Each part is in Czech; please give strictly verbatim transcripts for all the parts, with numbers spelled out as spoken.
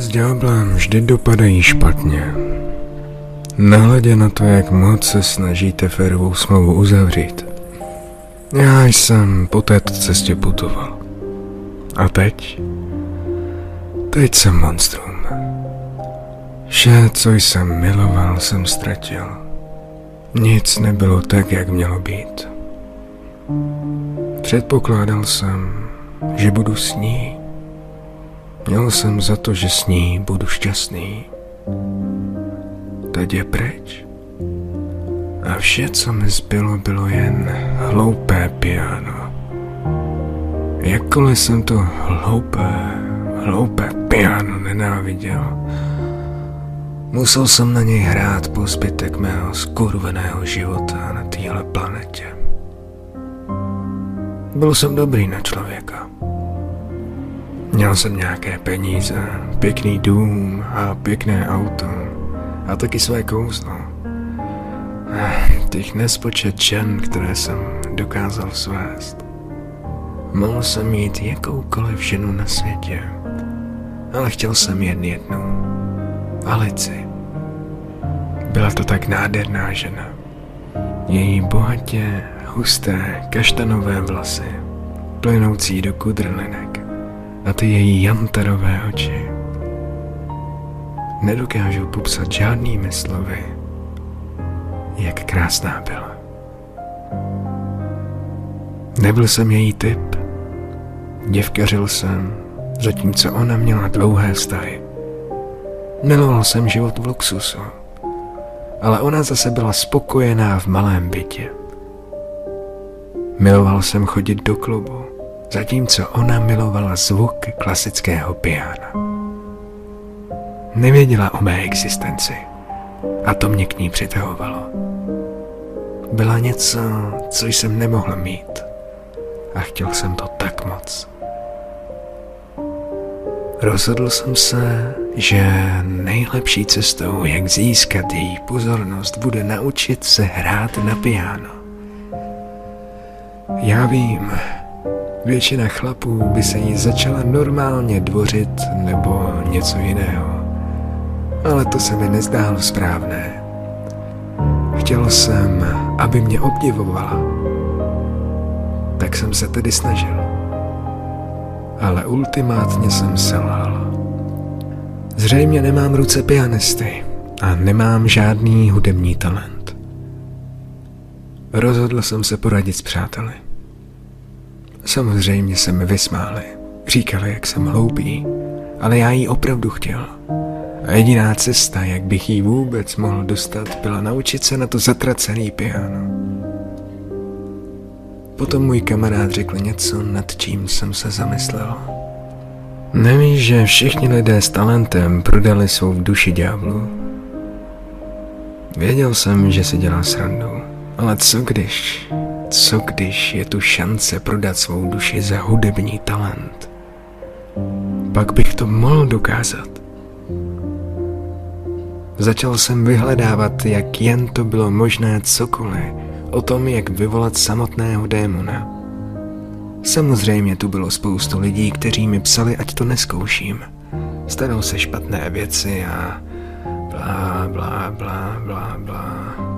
s ďáblem vždy dopadají špatně. Nehledě na to, jak moc se snažíte férovou smlouvu uzavřít. Já jsem po této cestě putoval. A teď? Teď jsem monstrum. Vše, co jsem miloval, jsem ztratil. Nic nebylo tak, jak mělo být. Předpokládal jsem, že budu s ní. Měl jsem za to, že s ní budu šťastný. Teď je pryč. A vše, co mi zbylo, bylo jen hloupé piano. Jakkoliv jsem to hloupé, hloupé piano nenáviděl, musel jsem na něj hrát po zbytek mého skurveného života na téhle planetě. Byl jsem dobrý na člověka. Měl jsem nějaké peníze, pěkný dům a pěkné auto a taky své kouzlo. Těch nespočet žen, které jsem dokázal svést. Mohl jsem mít jakoukoliv ženu na světě, ale chtěl jsem jen jednu. Alici. Byla to tak nádherná žena. Její bohatě husté kaštanové vlasy, plynoucí do kudrlinek, a ty její jantarové oči. Nedokážu popsat žádnými slovy, jak krásná byla. Nebyl jsem její typ. Děvkařil jsem, zatímco ona měla dlouhé vztahy. Miloval jsem život v luxusu, ale ona zase byla spokojená v malém bytě. Miloval jsem chodit do klubu, zatímco ona milovala zvuk klasického piana. Nevěděla o mé existenci a to mě k ní přitahovalo. Byla něco, co jsem nemohl mít a chtěl jsem to tak moc. Rozhodl jsem se, že nejlepší cestou, jak získat její pozornost, bude naučit se hrát na piano. Já vím, většina chlapů by se jí začala normálně dvořit nebo něco jiného, ale to se mi nezdálo správné. Chtěl jsem, aby mě obdivovala, tak jsem se tedy snažil. Ale ultimátně jsem selhal. Zřejmě nemám ruce pianisty a nemám žádný hudební talent. Rozhodl jsem se poradit s přáteli. Samozřejmě se mi vysmáli. Říkali, jak jsem hloupý, ale já ji opravdu chtěl. A jediná cesta, jak bych jí vůbec mohl dostat, byla naučit se na to zatracený piano. Potom můj kamarád řekl něco, nad čím jsem se zamyslel. Nevíš, že všichni lidé s talentem prodali svou duši ďáblu? Věděl jsem, že si dělá srandu, ale co když, co když je tu šance prodat svou duši za hudební talent? Pak bych to mohl dokázat. Začal jsem vyhledávat, jak jen to bylo možné cokoliv, o tom, jak vyvolat samotného démona. Samozřejmě tu bylo spoustu lidí, kteří mi psali, ať to neskouším. Stanou se špatné věci a blá, blá, blá, blá, blá.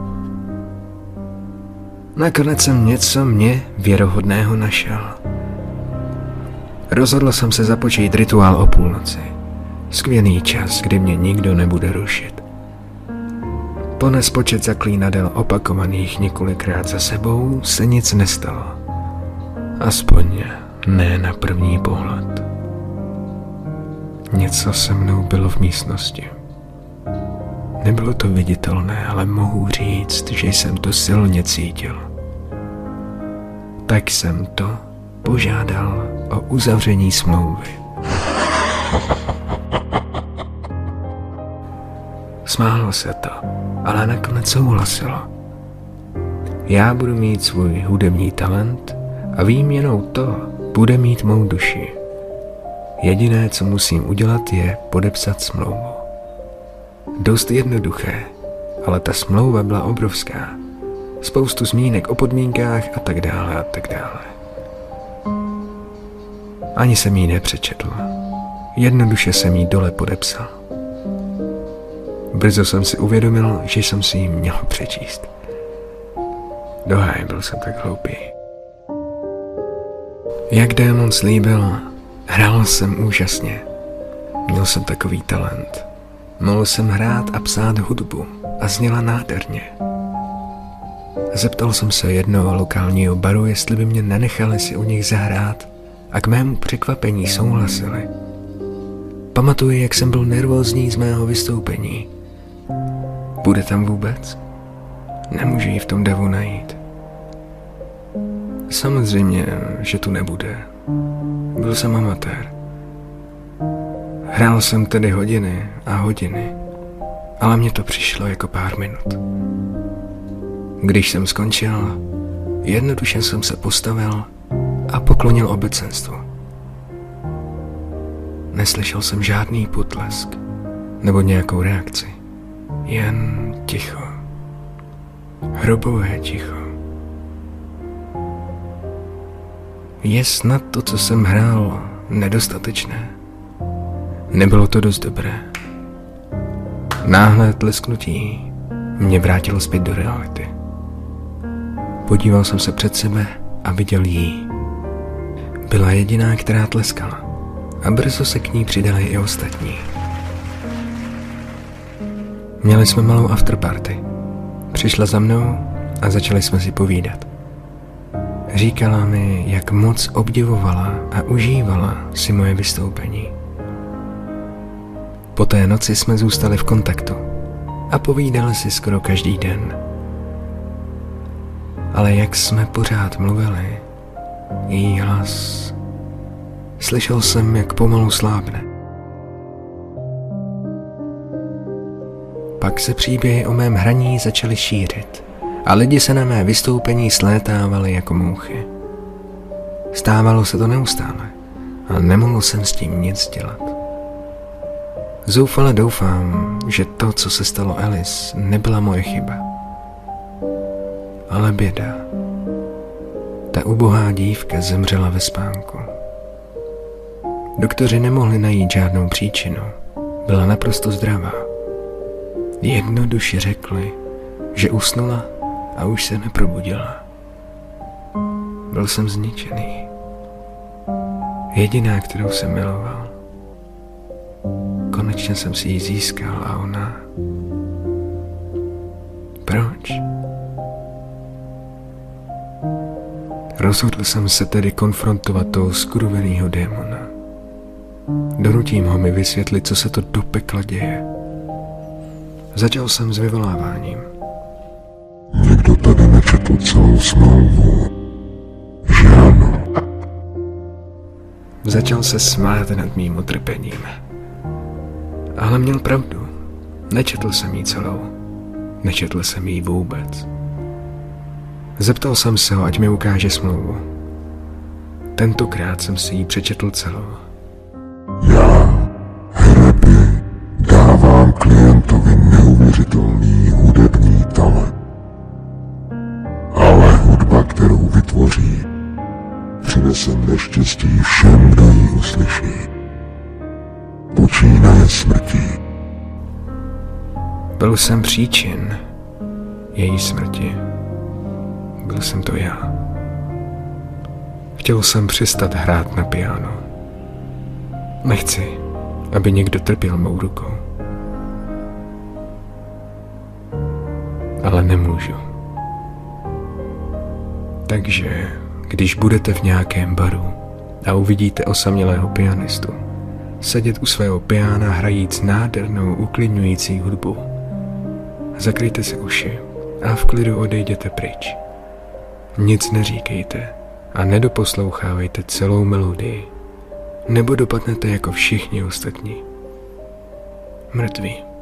Nakonec jsem něco mě věrohodného našel. Rozhodl jsem se započít rituál o půlnoci. Skvělý čas, kdy mě nikdo nebude rušit. Po nespočet zaklínadel opakovaných několikrát za sebou se nic nestalo. Aspoň ne na první pohled. Něco se mnou bylo v místnosti. Nebylo to viditelné, ale mohu říct, že jsem to silně cítil. Tak jsem to požádal o uzavření smlouvy. Smálo se to, ale nakonec souhlasilo. Já budu mít svůj hudební talent a výměnou to bude mít mou duši. Jediné, co musím udělat, je podepsat smlouvu. Dost jednoduché, ale ta smlouva byla obrovská. Spoustu zmínek o podmínkách a tak dále a tak dále. Ani jsem ji nepřečetl. Jednoduše jsem jí dole podepsal. Brzo jsem si uvědomil, že jsem si ji měl přečíst. Dohaj, byl jsem tak hloupý. Jak démon slíbil, hrál jsem úžasně. Měl jsem takový talent. Mohl jsem hrát a psát hudbu a zněla nádherně. Zeptal jsem se jednoho lokálního baru, jestli by mě nenechali si u nich zahrát a k mému překvapení souhlasili. Pamatuji, jak jsem byl nervózní z mého vystoupení. Bude tam vůbec? Nemůžu ji v tom davu najít. Samozřejmě, že tu nebude. Byl jsem amatér. Hrál jsem tedy hodiny a hodiny, ale mně to přišlo jako pár minut. Když jsem skončil, jednoduše jsem se postavil a poklonil obecenstvu. Neslyšel jsem žádný potlesk nebo nějakou reakci, jen ticho. Hrobové ticho. Je snad to, co jsem hrál, nedostatečné? Nebylo to dost dobré. Náhle tlesknutí mě vrátilo zpět do reality. Podíval jsem se před sebe a viděl jí. Byla jediná, která tleskala, a brzo se k ní přidali i ostatní. Měli jsme malou afterparty. Přišla za mnou a začali jsme si povídat. Říkala mi, jak moc obdivovala a užívala si moje vystoupení. Po té noci jsme zůstali v kontaktu a povídali si skoro každý den. Ale jak jsme pořád mluvili, její hlas... Slyšel jsem, jak pomalu slábne. Pak se příběhy o mém hraní začaly šířit a lidi se na mé vystoupení slétávali jako mouchy. Stávalo se to neustále a nemohl jsem s tím nic dělat. Zoufale doufám, že to, co se stalo Alice, nebyla moje chyba. Ale běda. Ta ubohá dívka zemřela ve spánku. Doktoři nemohli najít žádnou příčinu. Byla naprosto zdravá. Jednoduše řekli, že usnula a už se neprobudila. Byl jsem zničený. Jediná, kterou jsem miloval. Konečně jsem si ji získal a ona... Proč? Rozhodl jsem se tedy konfrontovat toho skurvenýho démona. Donutím ho mi vysvětlit, co se to do pekla děje. Začal jsem s vyvoláváním. Někdo tady nečetl celou smlouvu, že ano? Začal se smát nad mým utrpením. Ale měl pravdu. Nečetl jsem jí celou. Nečetl jsem jí vůbec. Zeptal jsem se ho, ať mi ukáže smlouvu. Tentokrát jsem si ji přečetl celou. Já, Hereby, dávám klientovi neuvěřitelný hudební talent. Ale hudba, kterou vytvoří, přinese neštěstí všem, kdo ji uslyší. Počínaje smrtí. Byl jsem příčin její smrti. Byl jsem to já. Chtěl jsem přestat hrát na piano. Nechci, aby někdo trpěl mou rukou. Ale nemůžu. Takže, když budete v nějakém baru a uvidíte osamělého pianistu sedět u svého piana hrajíc nádhernou uklidňující hudbu, zakryjte si uši a v klidu odejděte pryč. Nic neříkejte a nedoposlouchávejte celou melodii, nebo dopadnete jako všichni ostatní. Mrtví.